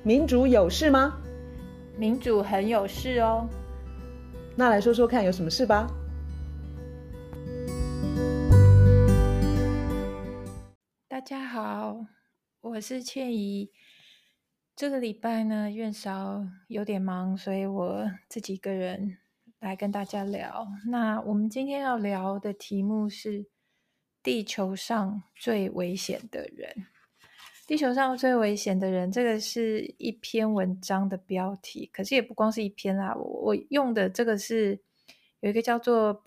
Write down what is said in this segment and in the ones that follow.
民主有事吗？ 民主很有事哦。 那来说说看有什么事吧。 大家好，我是倩怡。这个礼拜呢，院嫂有点忙，所以我自己一个人来跟大家聊。那我们今天要聊的题目是地球上最危险的人。地球上最危险的人，这个是一篇文章的标题，可是也不光是一篇啦。我用的这个是有一个叫做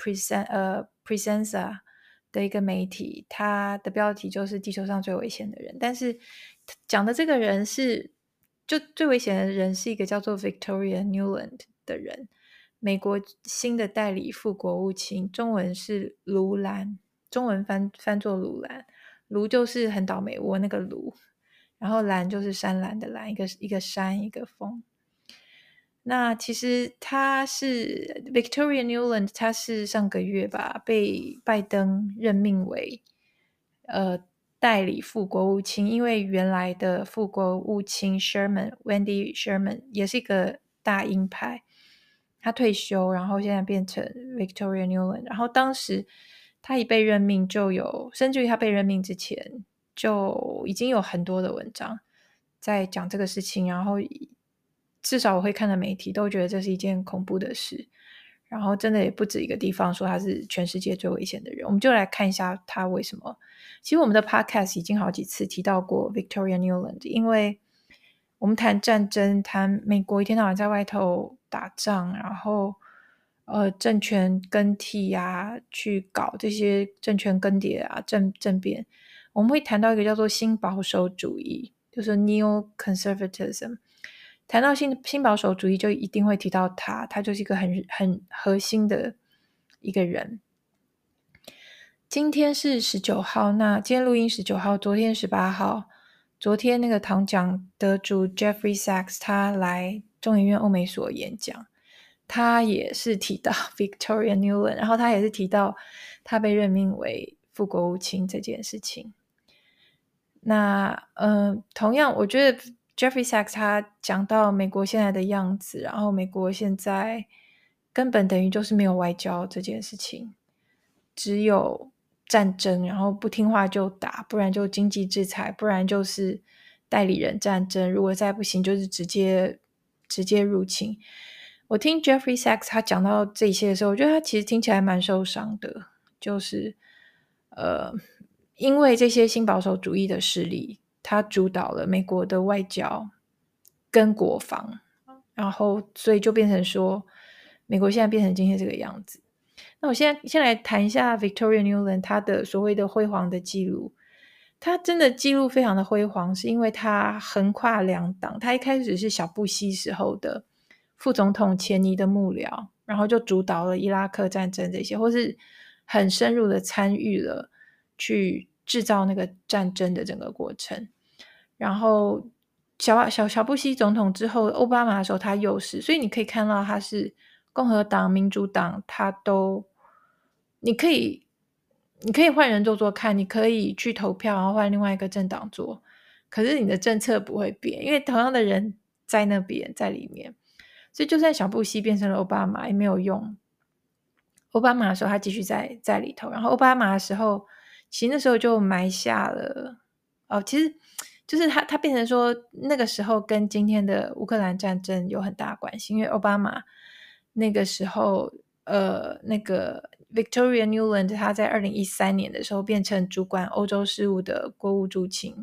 Presenza 的一个媒体，它的标题就是地球上最危险的人，但是讲的这个人就最危险的人是一个叫做 Victoria Nuland 的人，美国新的代理副国务卿，中文是卢兰，中文翻作卢兰，卢就是很倒霉窝那个卢，然后蓝就是山蓝的蓝，一个山一个风。那其实他是 Victoria Nuland， 他是上个月吧被拜登任命为代理副国务卿，因为原来的副国务卿 Wendy Sherman 也是一个大鹰派，他退休，然后现在变成 Victoria Nuland。然后当时他一被任命甚至于他被任命之前就已经有很多的文章在讲这个事情，然后至少我会看的媒体都觉得这是一件恐怖的事，然后真的也不止一个地方说他是全世界最危险的人。我们就来看一下他为什么。其实我们的 podcast 已经好几次提到过 Victoria Nuland， 因为我们谈战争，谈美国一天到晚在外头打仗，然后政权更替啊，去搞这些政权更迭啊，政变，我们会谈到一个叫做新保守主义，就是 Neo-Conservatism。谈到新保守主义就一定会提到他就是一个很核心的一个人。今天是19号，那今天录音19号，昨天18号，昨天那个铜奖得主 Jeffrey Sachs 他来中研院欧美所演讲，他也是提到 Victoria Nuland， 然后他也是提到他被任命为副国务卿这件事情。那同样我觉得Jeffrey Sachs 他讲到美国现在的样子，然后美国现在根本等于就是没有外交这件事情，只有战争，然后不听话就打，不然就经济制裁，不然就是代理人战争，如果再不行就是直接入侵。我听 Jeffrey Sachs 他讲到这些的时候，我觉得他其实听起来蛮受伤的，就是因为这些新保守主义的势力他主导了美国的外交跟国防，然后所以就变成说美国现在变成今天这个样子。那我先来谈一下 Victoria Nuland 他的所谓的辉煌的记录。他真的记录非常的辉煌，是因为他横跨两党。他一开始是小布希时候的副总统钱尼的幕僚，然后就主导了伊拉克战争这些，或是很深入的参与了去制造那个战争的整个过程。然后小布希总统之后，奥巴马的时候他又是，所以你可以看到他是共和党、民主党，他都你可以换人做看，你可以去投票，然后换另外一个政党做，可是你的政策不会变，因为同样的人在那边在里面，所以就算小布希变成了奥巴马也没有用。奥巴马的时候他继续在里头，然后奥巴马的时候其实那时候就埋下了其实就是他变成说那个时候跟今天的乌克兰战争有很大关系，因为奥巴马那个时候那个 Victoria Nuland 他在2013年的时候变成主管欧洲事务的国务助卿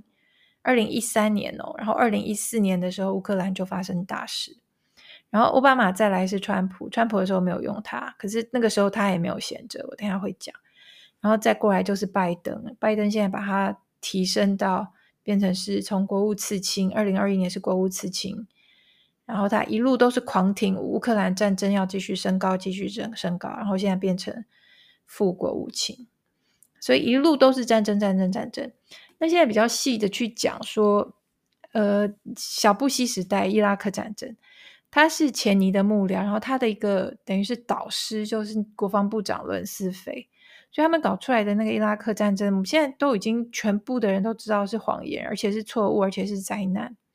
，2013年然后2014年的时候乌克兰就发生大事，然后奥巴马再来是川普的时候没有用他，可是那个时候他也没有闲着，我等一下会讲。然后再过来就是拜登现在把他提升到变成是从国务次卿，2021年是国务次卿，然后他一路都是狂挺乌克兰战争要继续升高，然后现在变成副国务卿，所以一路都是战争。那现在比较细的去讲说小布希时代伊拉克战争，他是钱尼的幕僚，然后他的一个等于是导师就是国防部长伦斯菲，所以他们搞出来的那个伊拉克战争，我们现在都已经全部的人都知道是谎言，而且是错误，而且是灾难。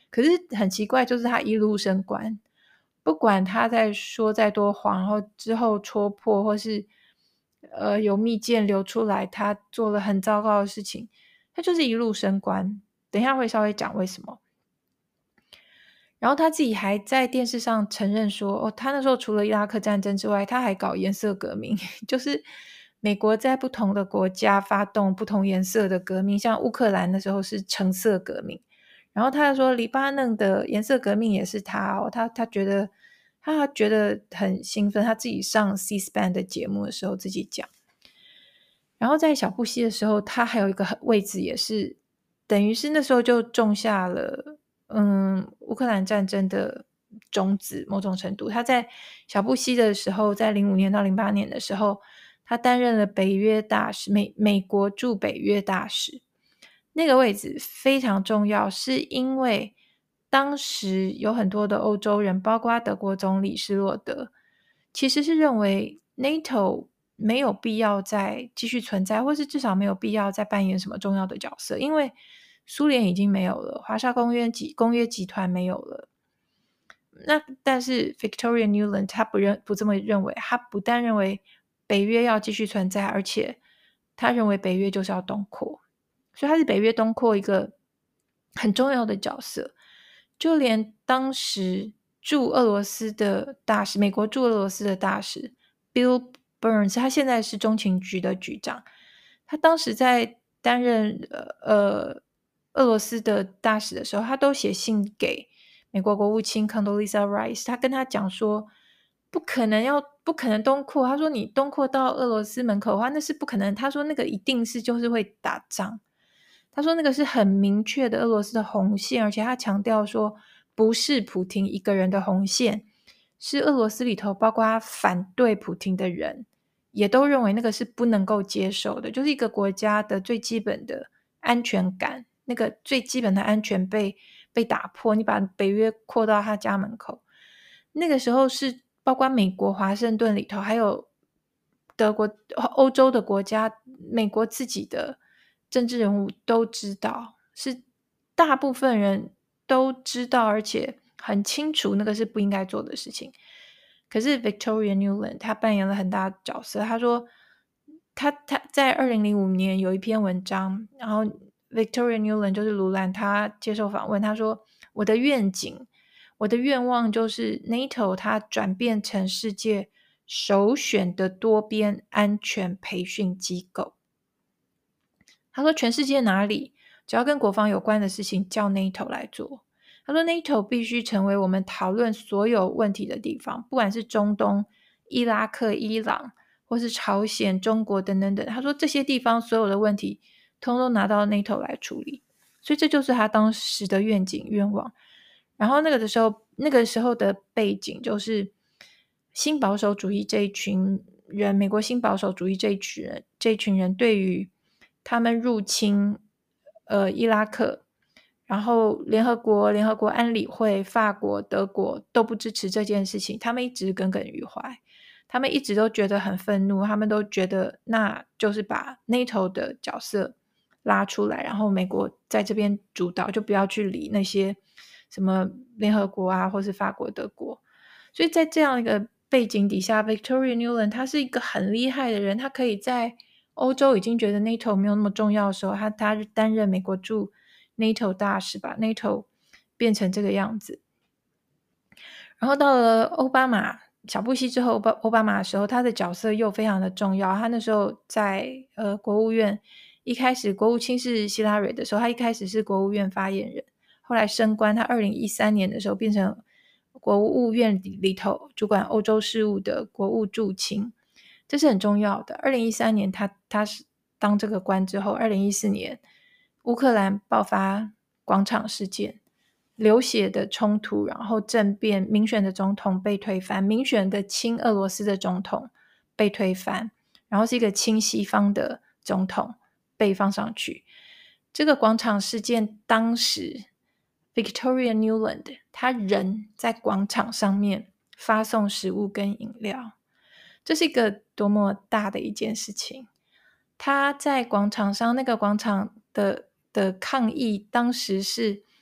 可是很奇怪，就是他一路升官，不管他在说再多谎，然后之后戳破，或是有密件流出来，他做了很糟糕的事情，他就是一路升官。等一下会稍微讲为什么。然后他自己还在电视上承认说，他那时候除了伊拉克战争之外，他还搞颜色革命，就是美国在不同的国家发动不同颜色的革命，像乌克兰的时候是橙色革命，然后他说黎巴嫩的颜色革命也是他觉得很兴奋，他自己上 C-SPAN 的节目的时候自己讲。然后在小布希的时候，他还有一个位置也是等于是那时候就种下了乌克兰战争的种子，某种程度他在小布希的时候，在05年到08年的时候，他担任了北约大使，美国驻北约大使。那个位置非常重要，是因为当时有很多的欧洲人，包括德国总理施洛德，其实是认为 NATO 没有必要再继续存在，或是至少没有必要再扮演什么重要的角色，因为苏联已经没有了，华沙公约集团没有了。那但是 Victoria Nuland 他不这么认为，他不但认为北约要继续存在，而且他认为北约就是要东扩，所以他是北约东扩一个很重要的角色。就连当时驻俄罗斯的大使，美国驻俄罗斯的大使 Bill Burns， 他现在是中情局的局长，他当时在担任俄罗斯的大使的时候，他都写信给美国国务卿 Condoleezza Rice， 他跟他讲说不可能东扩，他说你东扩到俄罗斯门口的话，那是不可能，他说那个一定是就是会打仗，他说那个是很明确的俄罗斯的红线，而且他强调说不是普丁一个人的红线，是俄罗斯里头包括反对普丁的人也都认为那个是不能够接受的，就是一个国家的最基本的安全感，那个最基本的安全被打破，你把北约扩到他家门口，那个时候是包括美国华盛顿里头，还有德国、欧洲的国家，美国自己的政治人物都知道，是大部分人都知道，而且很清楚那个是不应该做的事情。可是 Victoria Nuland 她扮演了很大的角色，她说她在2005年有一篇文章，然后 Victoria Nuland 就是卢兰，她接受访问，她说我的愿景，我的愿望就是 NATO 它转变成世界首选的多边安全培训机构。他说全世界哪里只要跟国防有关的事情叫 NATO 来做，他说 NATO 必须成为我们讨论所有问题的地方，不管是中东、伊拉克、伊朗或是朝鲜、中国等等等，他说这些地方所有的问题通通拿到 NATO 来处理，所以这就是他当时的愿景愿望。然后那个时候的背景就是新保守主义这一群人，美国新保守主义这一群人对于他们入侵伊拉克，然后联合国安理会、法国、德国都不支持这件事情，他们一直耿耿于怀，他们一直都觉得很愤怒，他们都觉得那就是把 NATO 的角色拉出来，然后美国在这边主导，就不要去理那些什么联合国啊，或是法国、德国。所以在这样一个背景底下 Victoria Nuland 他是一个很厉害的人，他可以在欧洲已经觉得 NATO 没有那么重要的时候，他担任美国驻 NATO 大使，把 NATO 变成这个样子。然后到了小布希之后，奥巴马的时候，他的角色又非常的重要。他那时候在国务院，一开始国务卿是希拉蕊的时候，他一开始是国务院发言人，后来升官，他2013年的时候变成国务院里头主管欧洲事务的国务驻卿，这是很重要的。2013年他是当这个官之后，2014年乌克兰爆发广场事件，流血的冲突，然后政变，民选的总统被推翻，民选的亲俄罗斯的总统被推翻，然后是一个亲西方的总统被放上去。这个广场事件当时 Victoria Nuland 他人在广场上面发送食物跟饮料，这是一个多么大的一件事情。他在广场上，那个广场的抗议当时是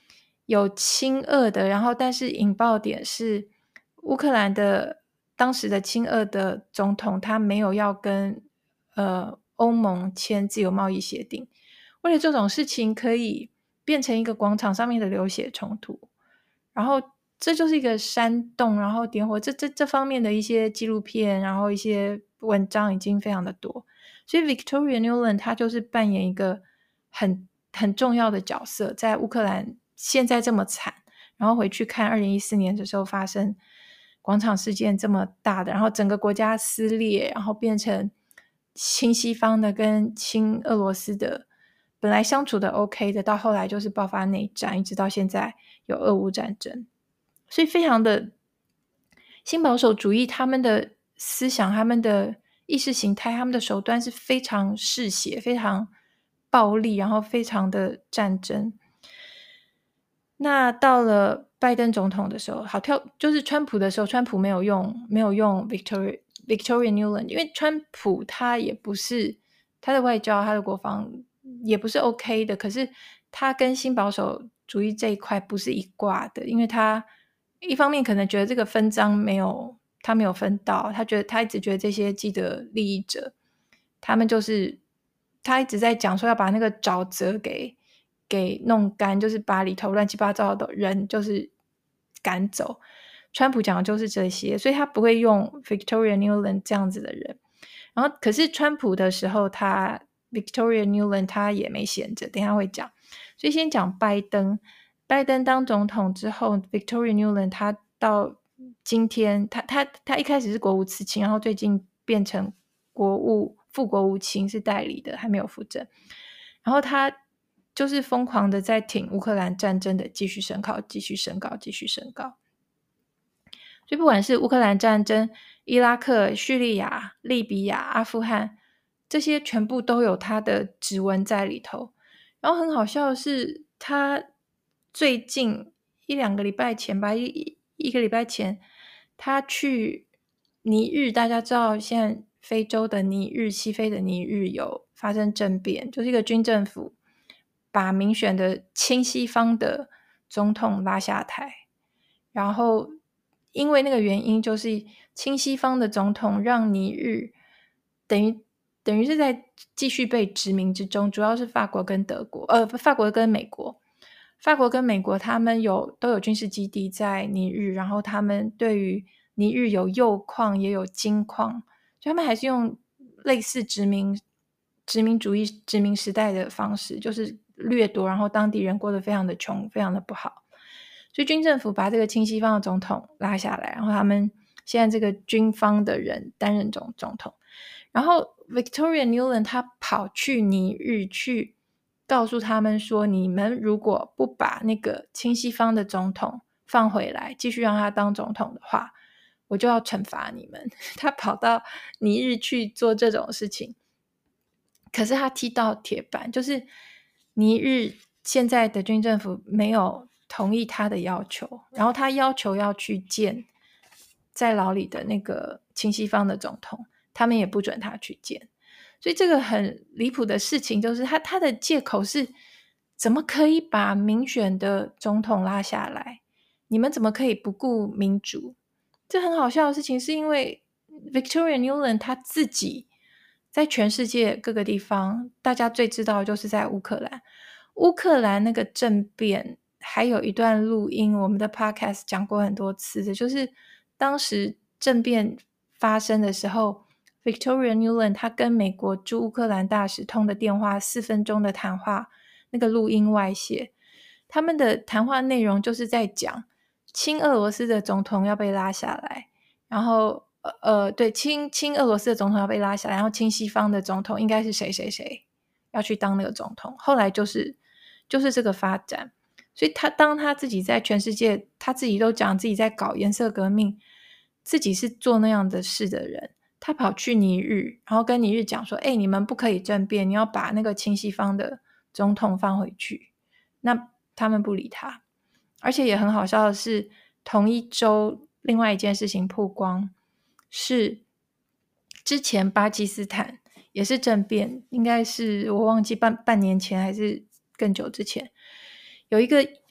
有亲俄的，然后但是引爆点是乌克兰的当时的亲俄的总统他没有要跟欧盟签自由贸易协定，为了这种事情可以变成一个广场上面的流血冲突，然后这就是一个煽动然后点火这方面的一些纪录片，然后一些文章已经非常的多，所以 Victoria Nuland 她就是扮演一个很重要的角色，在乌克兰现在这么惨，然后回去看2014年的时候发生广场事件这么大的，然后整个国家撕裂，然后变成亲西方的跟亲俄罗斯的本来相处的 OK 的，到后来就是爆发内战，一直到现在有俄乌战争，所以非常的新保守主义，他们的思想，他们的意识形态，他们的手段是非常嗜血，非常暴力，然后非常的战争。那到了拜登总统的时候，好跳，就是川普的时候，川普没有用 Victoria Nuland， 因为川普他也不是他的外交，他的国防也不是 OK 的，可是他跟新保守主义这一块不是一挂的，因为他一方面可能觉得这个分赃他没有分到，他一直觉得这些既得利益者，他们就是他一直在讲说要把那个沼泽给弄干，就是把里头乱七八糟的人就是赶走。川普讲的就是这些，所以他不会用 Victoria Nuland 这样子的人。然后可是川普的时候，Victoria Nuland 他也没闲着，等一下会讲。所以先讲拜登。拜登当总统之后， Victoria Nuland 他到今天他一开始是国务次卿，然后最近变成副国务卿，是代理的，还没有扶正。然后他就是疯狂的在挺乌克兰战争的继续升高，继续升高，继续升高。所以不管是乌克兰战争、伊拉克、叙利亚、利比亚、阿富汗，这些全部都有他的指纹在里头。然后很好笑的是，他最近一两个礼拜前吧，一个礼拜前，他去尼日，大家知道现在非洲的尼日、西非的尼日有发生政变，就是一个军政府把民选的亲西方的总统拉下台，然后因为那个原因，就是亲西方的总统让尼日等于是在继续被殖民之中，主要是法国跟法国跟美国。法国跟美国他们都有军事基地在尼日，然后他们对于尼日有铀矿也有金矿，所以他们还是用类似殖民主义殖民时代的方式，就是掠夺，然后当地人过得非常的穷，非常的不好。所以军政府把这个亲西方的总统拉下来，然后他们现在这个军方的人担任总统。然后 Victoria Nuland 他跑去尼日去告诉他们说，你们如果不把那个亲西方的总统放回来，继续让他当总统的话，我就要惩罚你们。他跑到尼日去做这种事情，可是他踢到铁板，就是尼日现在的军政府没有同意他的要求，然后他要求要去见在牢里的那个亲西方的总统，他们也不准他去见。所以这个很离谱的事情就是他的借口是，怎么可以把民选的总统拉下来？你们怎么可以不顾民主？这很好笑的事情是因为 Victoria Nuland 他自己在全世界各个地方，大家最知道的就是在乌克兰。乌克兰那个政变还有一段录音，我们的 podcast 讲过很多次的，就是当时政变发生的时候， Victoria Nuland 他跟美国驻乌克兰大使通的电话4分钟的谈话，那个录音外泄，他们的谈话内容就是在讲亲俄罗斯的总统要被拉下来，然后对，亲俄罗斯的总统要被拉下来，然后亲西方的总统应该是谁谁谁要去当那个总统，后来就是这个发展。所以当他自己在全世界，他自己都讲自己在搞颜色革命，自己是做那样的事的人，他跑去尼日，然后跟尼日讲说，你们不可以政变，你要把那个亲西方的总统放回去。那他们不理他。而且也很好笑的是，同一周另外一件事情曝光，是之前巴基斯坦也是政变，应该是我忘记半年前还是更久之前，有一个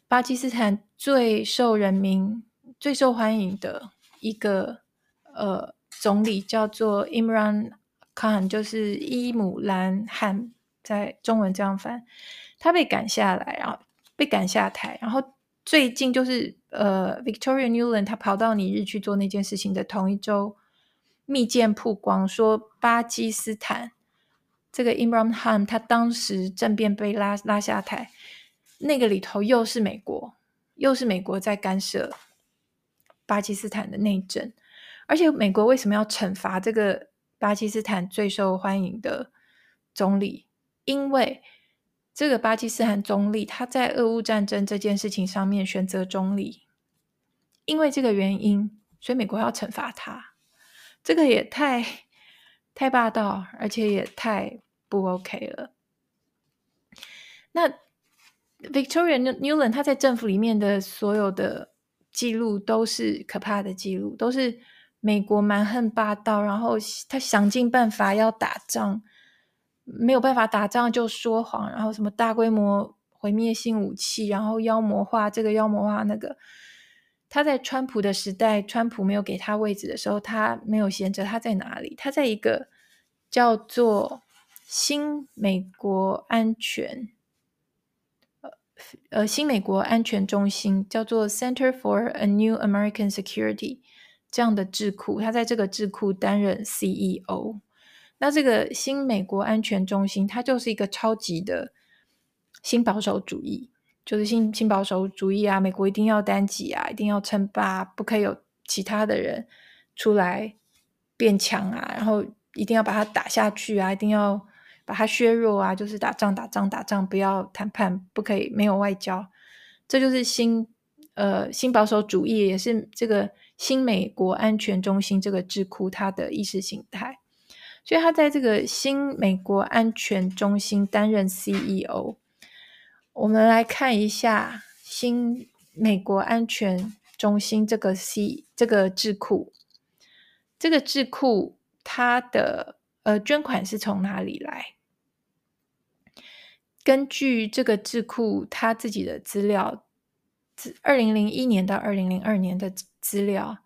巴基斯坦最受人民最受欢迎的一个总理叫做 Imran Khan， 就是伊姆兰汗，在中文这样翻。他被赶下来，然后被赶下台，然后最近就是Victoria Nuland 他跑到尼日去做那件事情的同一周，密件曝光说巴基斯坦这个 Imran Khan 他当时政变被拉下台，那个里头又是美国在干涉巴基斯坦的内政。而且美国为什么要惩罚这个巴基斯坦最受欢迎的总理？因为这个巴基斯坦总理他在俄乌战争这件事情上面选择中立，因为这个原因，所以美国要惩罚他。这个也太霸道，而且也太不 OK 了。那 Victoria Nuland 他在政府里面的所有的记录都是可怕的记录，都是美国蛮横霸道，然后他想尽办法要打仗，没有办法打仗就说谎，然后什么大规模毁灭性武器，然后妖魔化这个妖魔化那个。他在川普的时代，川普没有给他位置的时候，他没有闲着，他在哪里？他在一个叫做新美国安全中心，叫做 Center for a New American Security 这样的智库，他在这个智库担任 CEO。那这个新美国安全中心，它就是一个超级的新保守主义，就是新保守主义啊，美国一定要单己啊，一定要称霸，不可以有其他的人出来变强啊，然后一定要把它打下去啊，一定要把它削弱啊，就是打仗，不要谈判，不可以没有外交。这就是新保守主义，也是这个新美国安全中心这个智库它的意识形态。所以他在这个新美国安全中心担任 CEO。我们来看一下新美国安全中心这个智库。这个智库它的捐款是从哪里来？根据这个智库他自己的资料，2001年到2002年的资料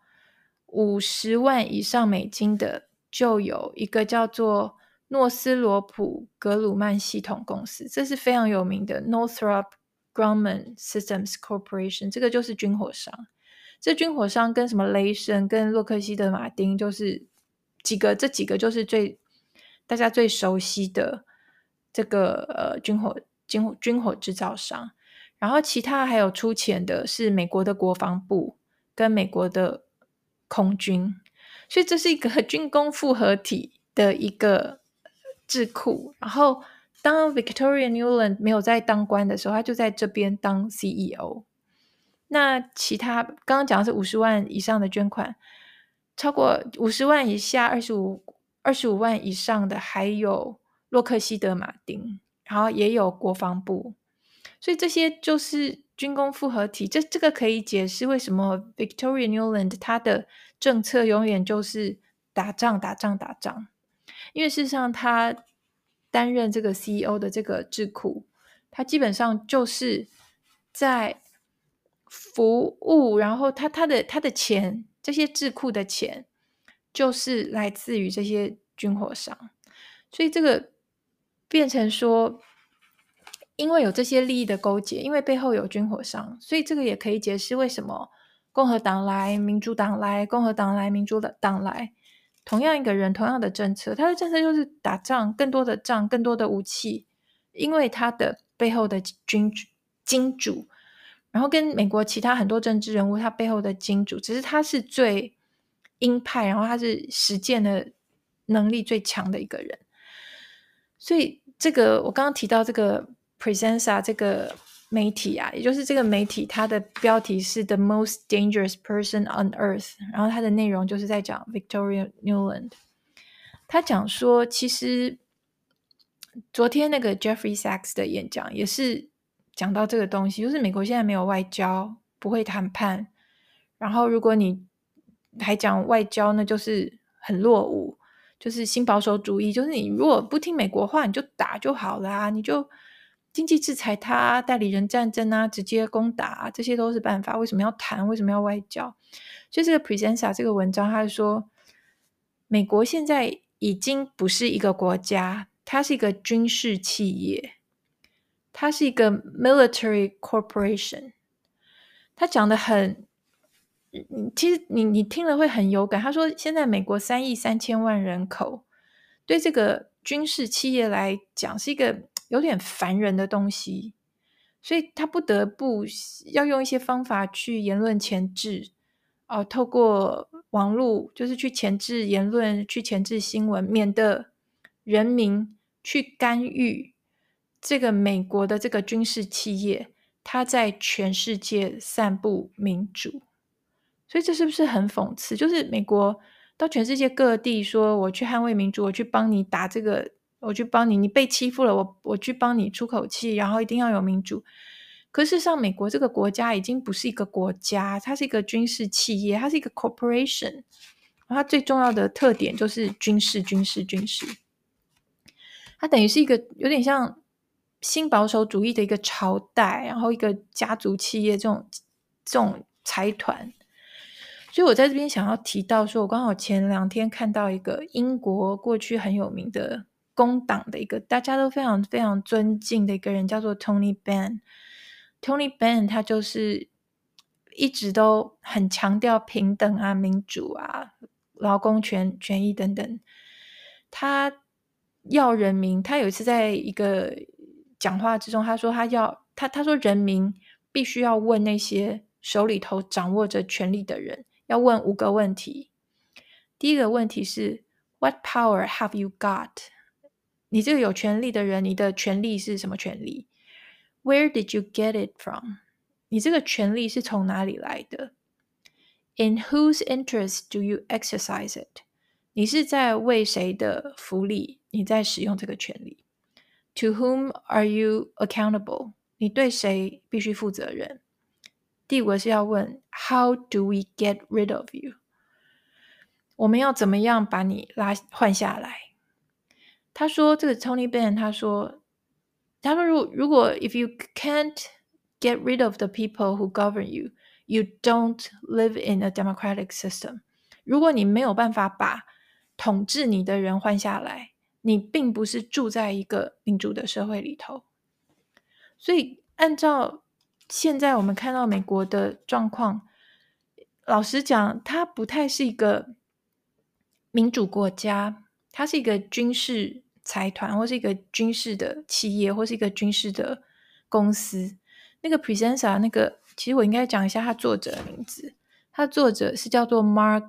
，50万以上美金的就有一个叫做诺斯罗普格鲁曼系统公司，这是非常有名的 Northrop Grumman Systems Corporation， 这个就是军火商。这军火商跟什么雷神跟洛克希德马丁就是这几个就是大家最熟悉的这个军火制造商。然后其他还有出钱的是美国的国防部跟美国的空军，所以这是一个军工复合体的一个智库。然后当 Victoria Nuland 没有在当官的时候，他就在这边当 CEO。那其他刚刚讲的是50万以上的捐款，超过50万以下25万以上的还有洛克希德马丁，然后也有国防部。所以这些就是军工复合体，这个可以解释为什么 Victoria Nuland 他的政策永远就是打仗，因为事实上他担任这个 CEO 的这个智库，他基本上就是在服务，然后他的钱，这些智库的钱就是来自于这些军火商，所以这个变成说，因为有这些利益的勾结，因为背后有军火商，所以这个也可以解释为什么共和党来、民主党来，共和党来、民主党来，同样一个人，同样的政策，他的政策就是打仗，更多的仗，更多的武器，因为他的背后的金主，然后跟美国其他很多政治人物他背后的金主，只是他是最鹰派，然后他是实践的能力最强的一个人。所以这个我刚刚提到这个 Presensa 这个媒体啊，也就是这个媒体它的标题是 The Most Dangerous Person on Earth， 然后它的内容就是在讲 Victoria Nuland。 他讲说其实昨天那个 Jeffrey Sachs 的演讲也是讲到这个东西，就是美国现在没有外交，不会谈判，然后如果你还讲外交，那就是很落伍，就是新保守主义，就是你如果不听美国话，你就打就好了啊，你就经济制裁他，代理人战争啊，直接攻打啊，这些都是办法。为什么要谈？为什么要外交？所以这个 Presenta 这个文章，他说，美国现在已经不是一个国家，它是一个军事企业，它是一个 military corporation。他讲的很，其实你听了会很有感。他说，现在美国3.3亿人口，对这个军事企业来讲是一个有点烦人的东西，所以他不得不要用一些方法去言论钳制，透过网络就是去钳制言论，去钳制新闻，免得人民去干预这个美国的这个军事企业，它在全世界散布民主。所以这是不是很讽刺？就是美国到全世界各地说，我去捍卫民主，我去帮你打这个，我去帮你，你被欺负了，我去帮你出口气，然后一定要有民主。可事实上，美国这个国家已经不是一个国家，它是一个军事企业，它是一个 corporation。它最重要的特点就是军事。它等于是一个有点像新保守主义的一个朝代，然后一个家族企业这种财团。所以我在这边想要提到说，我刚好前2天看到一个英国过去很有名的工党的一个大家都非常非常尊敬的一个人，叫做 Tony Benn。Tony Benn 他就是一直都很强调平等啊、民主啊、劳工权益等等。他要人民，他有一次在一个讲话之中，他说他说人民必须要问那些手里头掌握着权力的人，要问5个问题。第一个问题是 What power have you got？ 你这个有权力的人，你的权力是什么权力？ Where did you get it from？ 你这个权力是从哪里来的？ In whose interest do you exercise it？ 你是在为谁的福利你在使用这个权利？ To whom are you accountable？ 你对谁必须负责任？第5个是要问 How do we get rid of you？ 我们要怎么样把你换下来？他说这个 Tony Benn 他说如果 if you can't get rid of the people who govern you, you don't live in a democratic system。 如果你没有办法把统治你的人换下来，你并不是住在一个民主的社会里头。所以按照现在我们看到美国的状况，老实讲，它不太是一个民主国家，它是一个军事财团，或是一个军事的企业，或是一个军事的公司。那个 Presenta 那个，其实我应该讲一下他作者的名字。他作者是叫做 Mark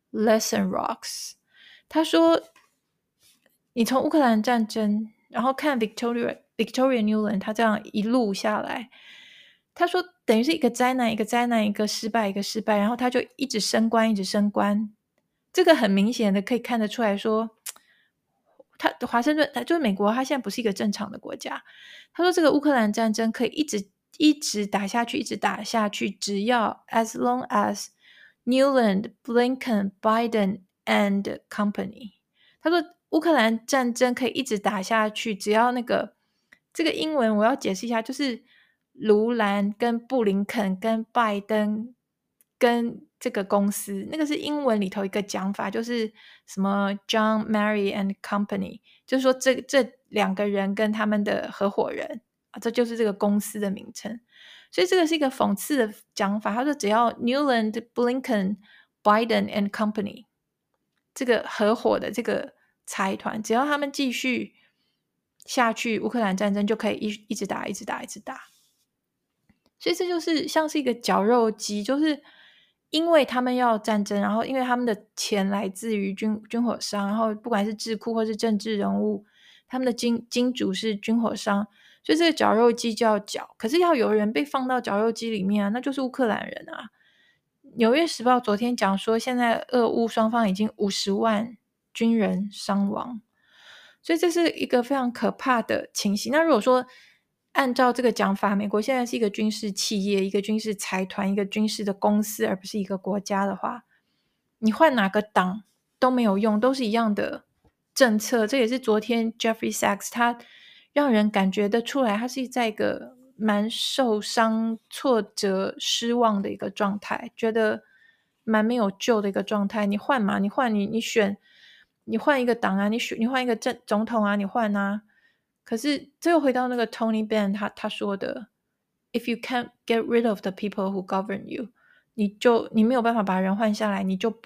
Lessenrocks。他说，你从乌克兰战争，然后看 Victoria Nuland 他这样一路下来，他说等于是一个灾难一个灾难，一个失败一个失败，然后他就一直升官一直升官。这个很明显的可以看得出来说，华盛顿就是美国，他现在不是一个正常的国家。他说这个乌克兰战争可以一直打下去，一直打下去，只要 as long as Newland, Blinken, Biden and company。 他说乌克兰战争可以一直打下去，只要这个英文我要解释一下，就是卢兰跟布林肯跟拜登跟这个公司，那个是英文里头一个讲法，就是什么 John, Mary and company， 就是说这2个人跟他们的合伙人，这就是这个公司的名称。所以这个是一个讽刺的讲法，他说只要 Newland, Blinken, Biden and company 这个合伙的这个财团，只要他们继续下去，乌克兰战争就可以一直打一直打一直打。所以这就是像是一个绞肉机，就是因为他们要战争，然后因为他们的钱来自于军火商，然后不管是智库或是政治人物，他们的金主是军火商，所以这个绞肉机就要绞。可是要有人被放到绞肉机里面啊，那就是乌克兰人啊。纽约时报昨天讲说，现在俄乌双方已经50万军人伤亡，所以这是一个非常可怕的情形。那如果说按照这个讲法，美国现在是一个军事企业，一个军事财团，一个军事的公司，而不是一个国家的话，你换哪个党都没有用，都是一样的政策。这也是昨天 Jeffrey Sachs 他让人感觉得出来他是在一个蛮受伤、挫折、失望的一个状态，觉得蛮没有救的一个状态。你换嘛，你换你选，你换一个党啊，你换一个总统啊，你换啊。可是这又回到那个 Tony Benn 他说的 ，If you can't get rid of the people who govern you， 你没有办法把人换下来，你就是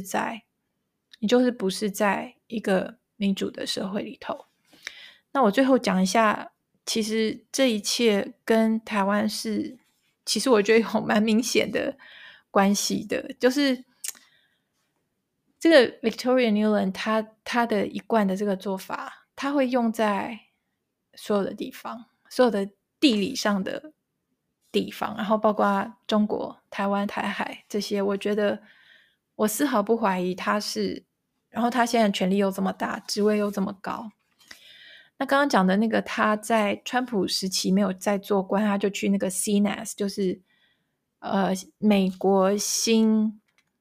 不是在一个民主的社会里头。那我最后讲一下，其实这一切跟台湾其实我觉得有蛮明显的关系的，就是这个 Victoria Nuland 他的一贯的这个做法，他会用在所有的地方，所有的地理上的地方，然后包括中国、台湾、台海这些，我觉得我丝毫不怀疑他是，然后他现在权力又这么大，职位又这么高。那刚刚讲的那个，他在川普时期没有在做官，他就去那个 CNAS， 就是美国新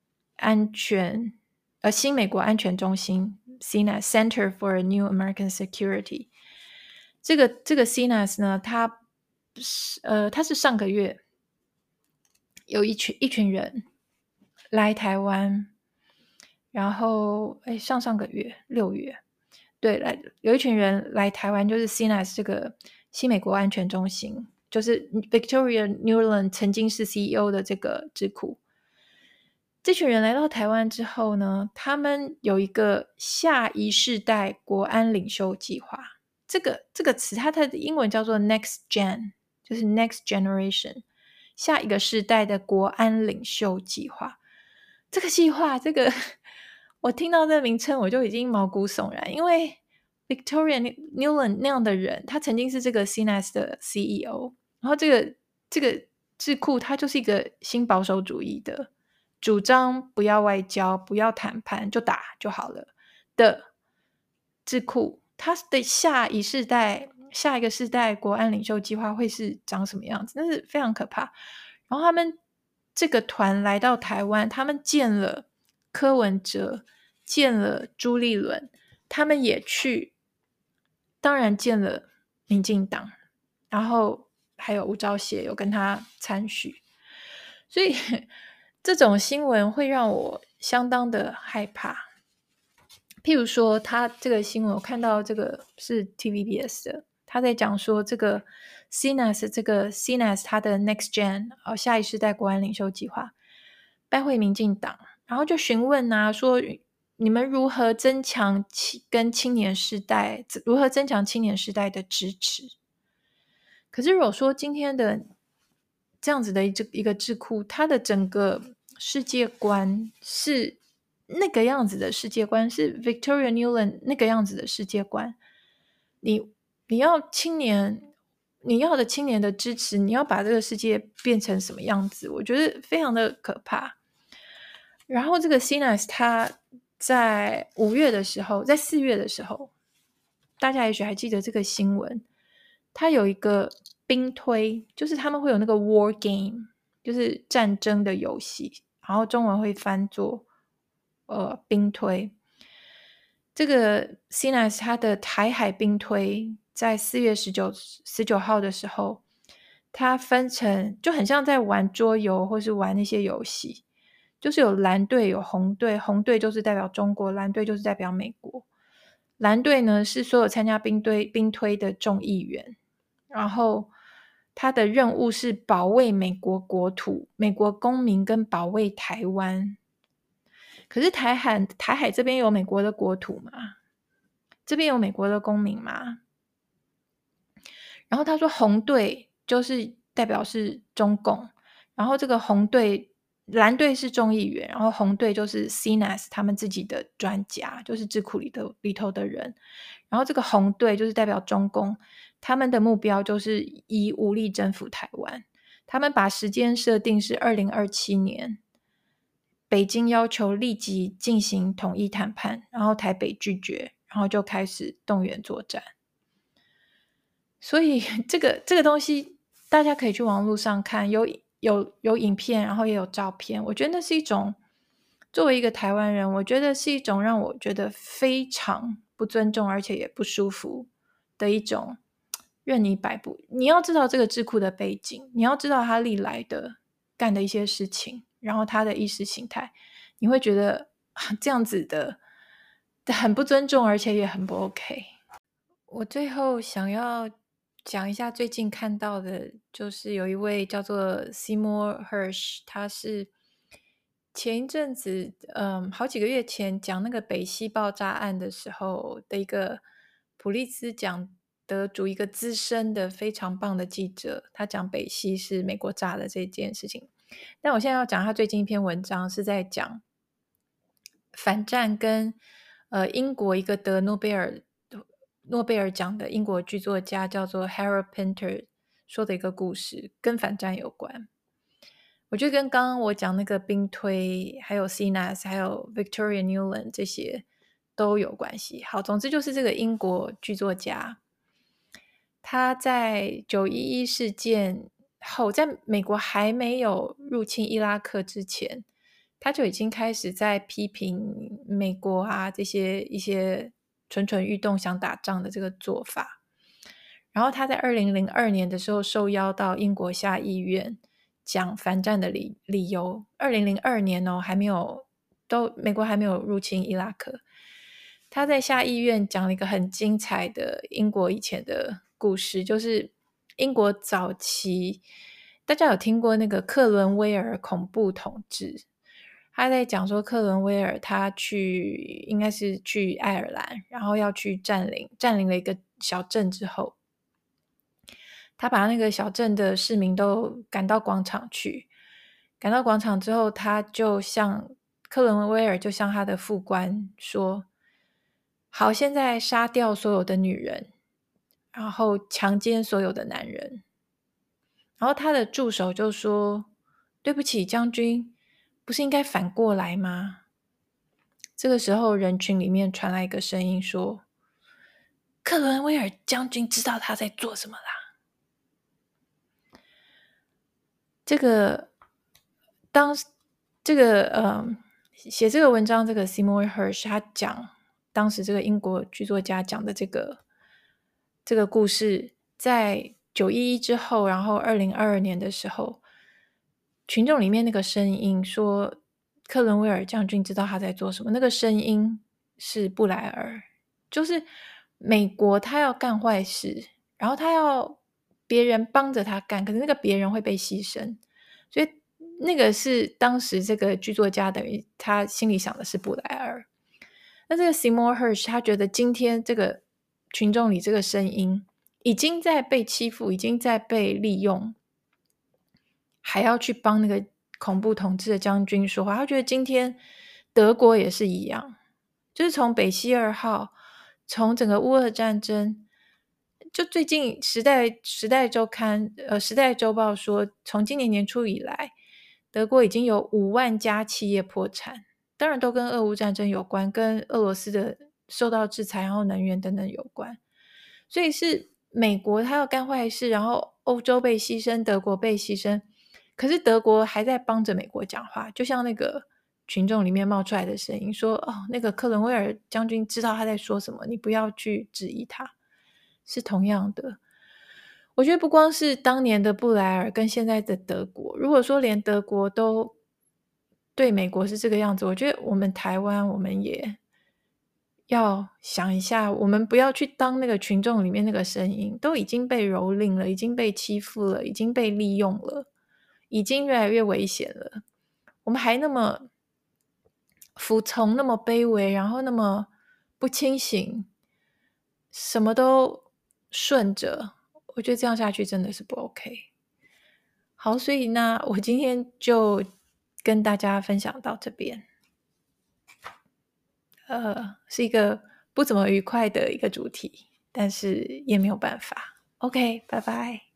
美国安全中心 CNAS Center for New American Security。这个 CNAS 呢，它是上个月有一群人来台湾，然后上个月6月。对，有一群人来台湾，就是 CNAS 这个新美国安全中心，就是 Victoria Nuland 曾经是 CEO 的这个智库。这群人来到台湾之后呢，他们有一个下一世代国安领袖计划。这个词，它的英文叫做 Next Gen， 就是 Next Generation， 下一个世代的国安领袖计划。这个计划，我听到这个名称我就已经毛骨悚然，因为 Victoria Nuland 那样的人，他曾经是这个 CNAS 的 CEO， 然后这个智库他就是一个新保守主义的，主张不要外交，不要谈判，就打就好了的智库，他的下一个世代国安领袖计划会是长什么样子，那是非常可怕。然后他们这个团来到台湾，他们见了柯文哲，见了朱立伦，他们也当然见了民进党，然后还有吴钊燮有跟他参叙，所以这种新闻会让我相当的害怕。譬如说他这个新闻我看到这个是 TVBS 的，他在讲说这个 CNAS 他的 Next Gen 下一世代国安领袖计划拜会民进党，然后就询问说你们如何增强青年世代的支持。可是如果说今天的这样子的一个智库，它的整个世界观是那个样子的世界观，是 Victoria Nuland 那个样子的世界观，你要青年的支持，你要把这个世界变成什么样子，我觉得非常的可怕。然后这个 CNAS 他在4月的时候，大家也许还记得这个新闻，他有一个兵推，就是他们会有那个 war game， 就是战争的游戏，然后中文会翻作兵推。这个 CNAS 它的台海兵推在4月19号的时候，它分成就很像在玩桌游或是玩那些游戏，就是有蓝队有红队，红队就是代表中国，蓝队就是代表美国。蓝队呢是所有参加兵推的众议员，然后他的任务是保卫美国国土、美国公民跟保卫台湾。可是台海这边有美国的国土吗？这边有美国的公民吗？然后他说红队就是代表是中共，然后这个蓝队是众议员，然后红队就是 CNAS 他们自己的专家，就是智库里头的人。然后这个红队就是代表中共，他们的目标就是以武力征服台湾。他们把时间设定是2027年，北京要求立即进行统一谈判，然后台北拒绝，然后就开始动员作战。所以这个东西大家可以去网络上看，有影片，然后也有照片。我觉得那是一种，作为一个台湾人，我觉得是一种让我觉得非常不尊重而且也不舒服的一种任你摆布。你要知道这个智库的背景，你要知道他历来的干的一些事情，然后他的意识形态，你会觉得这样子的很不尊重，而且也很不 OK。我最后想要讲一下最近看到的，就是有一位叫做 Seymour Hersh， 他是前一阵子好几个月前讲那个北溪爆炸案的时候的一个普利兹奖得主，一个资深的非常棒的记者，他讲北溪是美国炸的这件事情。但我现在要讲他最近一篇文章是在讲反战跟英国一个得诺贝尔奖的英国剧作家叫做 Harold Pinter 说的一个故事，跟反战有关。我觉得跟刚刚我讲那个兵推，还有 CNAS， 还有 Victoria Newland 这些都有关系。好，总之就是这个英国剧作家，他在911事件后，在美国还没有入侵伊拉克之前，他就已经开始在批评美国啊这些一些蠢蠢欲动想打仗的这个做法。然后他在2002年的时候受邀到英国下议院讲反战的理由。2002年哦，美国还没有入侵伊拉克。他在下议院讲了一个很精彩的英国以前的故事，就是英国早期，大家有听过那个克伦威尔恐怖统治？他在讲说克伦威尔他应该是去爱尔兰，然后要去占领了一个小镇之后，他把那个小镇的市民都赶到广场去，赶到广场之后，克伦威尔就向他的副官说，好，现在杀掉所有的女人，然后强奸所有的男人。然后他的助手就说，对不起将军，不是应该反过来吗？这个时候人群里面传来一个声音说，克伦威尔将军知道他在做什么啦。写这个文章这个 Seymour Hersh 他讲当时这个英国剧作家讲的这个故事，在911之后，然后2022年的时候，群众里面那个声音说克伦威尔将军知道他在做什么，那个声音是布莱尔，就是美国他要干坏事，然后他要别人帮着他干，可是那个别人会被牺牲，所以那个是当时这个剧作家等于他心里想的是布莱尔。那这个 Seymour Hersh 他觉得今天这个群众里这个声音已经在被欺负，已经在被利用，还要去帮那个恐怖统治的将军说话。他觉得今天德国也是一样，就是从北溪2号，从整个乌俄战争，就最近时代周刊时代周报说，从今年年初以来，德国已经有5万家企业破产，当然都跟俄乌战争有关，跟俄罗斯的受到制裁，然后能源等等有关。所以是美国他要干坏事，然后欧洲被牺牲，德国被牺牲，可是德国还在帮着美国讲话，就像那个群众里面冒出来的声音说，那个克伦威尔将军知道他在说什么，你不要去质疑他，是同样的。我觉得不光是当年的布莱尔跟现在的德国，如果说连德国都对美国是这个样子，我觉得我们台湾我们也要想一下，我们不要去当那个群众里面那个声音，都已经被蹂躏了，已经被欺负了，已经被利用了，已经越来越危险了，我们还那么服从，那么卑微，然后那么不清醒，什么都顺着，我觉得这样下去真的是不 OK。好，所以那我今天就跟大家分享到这边。是一个不怎么愉快的一个主题，但是也没有办法。OK，拜拜。